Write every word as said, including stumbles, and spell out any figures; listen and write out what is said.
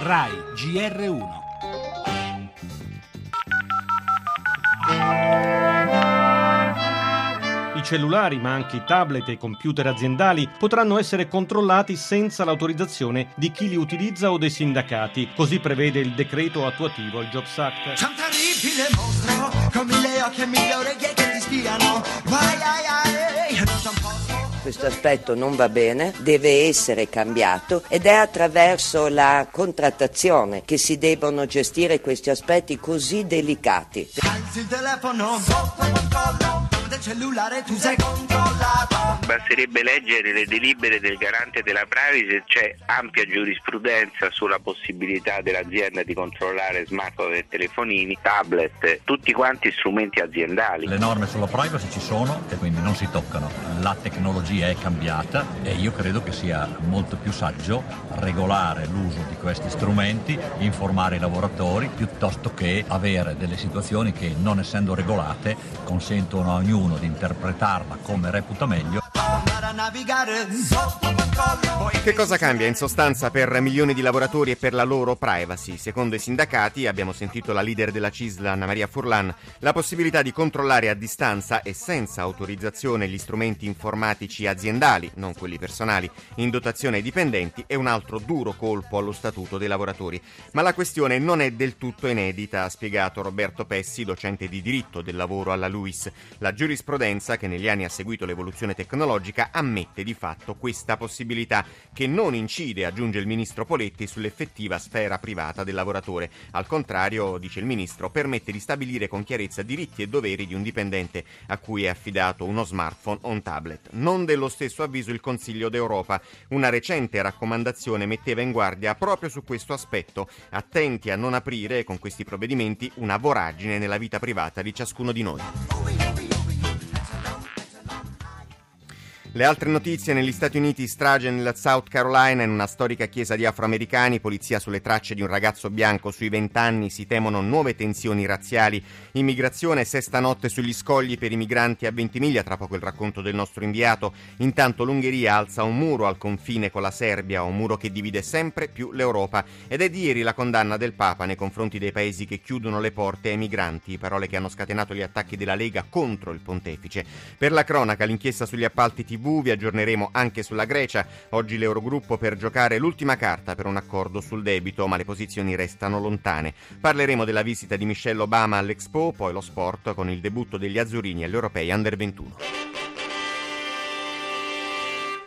Rai G R uno. I cellulari, ma anche i tablet e i computer aziendali potranno essere controllati senza l'autorizzazione di chi li utilizza o dei sindacati. Così prevede il decreto attuativo al Jobs Act. C'è un terribile mostro con mille occhi e mille orecchie che ti spiano. Vai, ai, ai, non c'è un posto. Questo aspetto non va bene, deve essere cambiato ed è attraverso la contrattazione che si devono gestire questi aspetti così delicati. Alzi il telefono sotto controllo, del cellulare tu sei controllato. Basterebbe leggere le delibere del garante della privacy, c'è ampia giurisprudenza sulla possibilità dell'azienda di controllare smartphone e telefonini, tablet, tutti quanti strumenti aziendali. Le norme sulla privacy ci sono e quindi non si toccano. La tecnologia è cambiata e io credo che sia molto più saggio regolare l'uso di questi strumenti, informare i lavoratori, piuttosto che avere delle situazioni che, non essendo regolate, consentono a ognuno di interpretarla come reputa meglio. Che cosa cambia in sostanza per milioni di lavoratori e per la loro privacy? Secondo i sindacati, abbiamo sentito la leader della C I S L, Anna Maria Furlan, la possibilità di controllare a distanza e senza autorizzazione gli strumenti informatici aziendali, non quelli personali, in dotazione ai dipendenti è un altro duro colpo allo statuto dei lavoratori. Ma la questione non è del tutto inedita, ha spiegato Roberto Pessi, docente di diritto del lavoro alla LUISS. La giurisprudenza, che negli anni ha seguito l'evoluzione tecnologica, ammette di fatto questa possibilità, che non incide, aggiunge il ministro Poletti, sull'effettiva sfera privata del lavoratore. Al contrario, dice il ministro, permette di stabilire con chiarezza diritti e doveri di un dipendente a cui è affidato uno smartphone o un tablet. Non dello stesso avviso il Consiglio d'Europa. Una recente raccomandazione metteva in guardia proprio su questo aspetto. Attenti a non aprire con questi provvedimenti una voragine nella vita privata di ciascuno di noi. Le altre notizie: negli Stati Uniti, strage nella South Carolina, in una storica chiesa di afroamericani, polizia sulle tracce di un ragazzo bianco sui vent'anni, si temono nuove tensioni razziali, immigrazione, sesta notte sugli scogli per i migranti a Ventimiglia, tra poco il racconto del nostro inviato. Intanto l'Ungheria alza un muro al confine con la Serbia, un muro che divide sempre più l'Europa, ed è di ieri la condanna del Papa nei confronti dei paesi che chiudono le porte ai migranti, parole che hanno scatenato gli attacchi della Lega contro il pontefice. Per la cronaca, l'inchiesta sugli appalti tivù, vi aggiorneremo anche sulla Grecia. Oggi l'Eurogruppo per giocare l'ultima carta per un accordo sul debito, ma le posizioni restano lontane. Parleremo della visita di Michelle Obama all'Expo, poi lo sport con il debutto degli azzurrini agli europei under ventuno.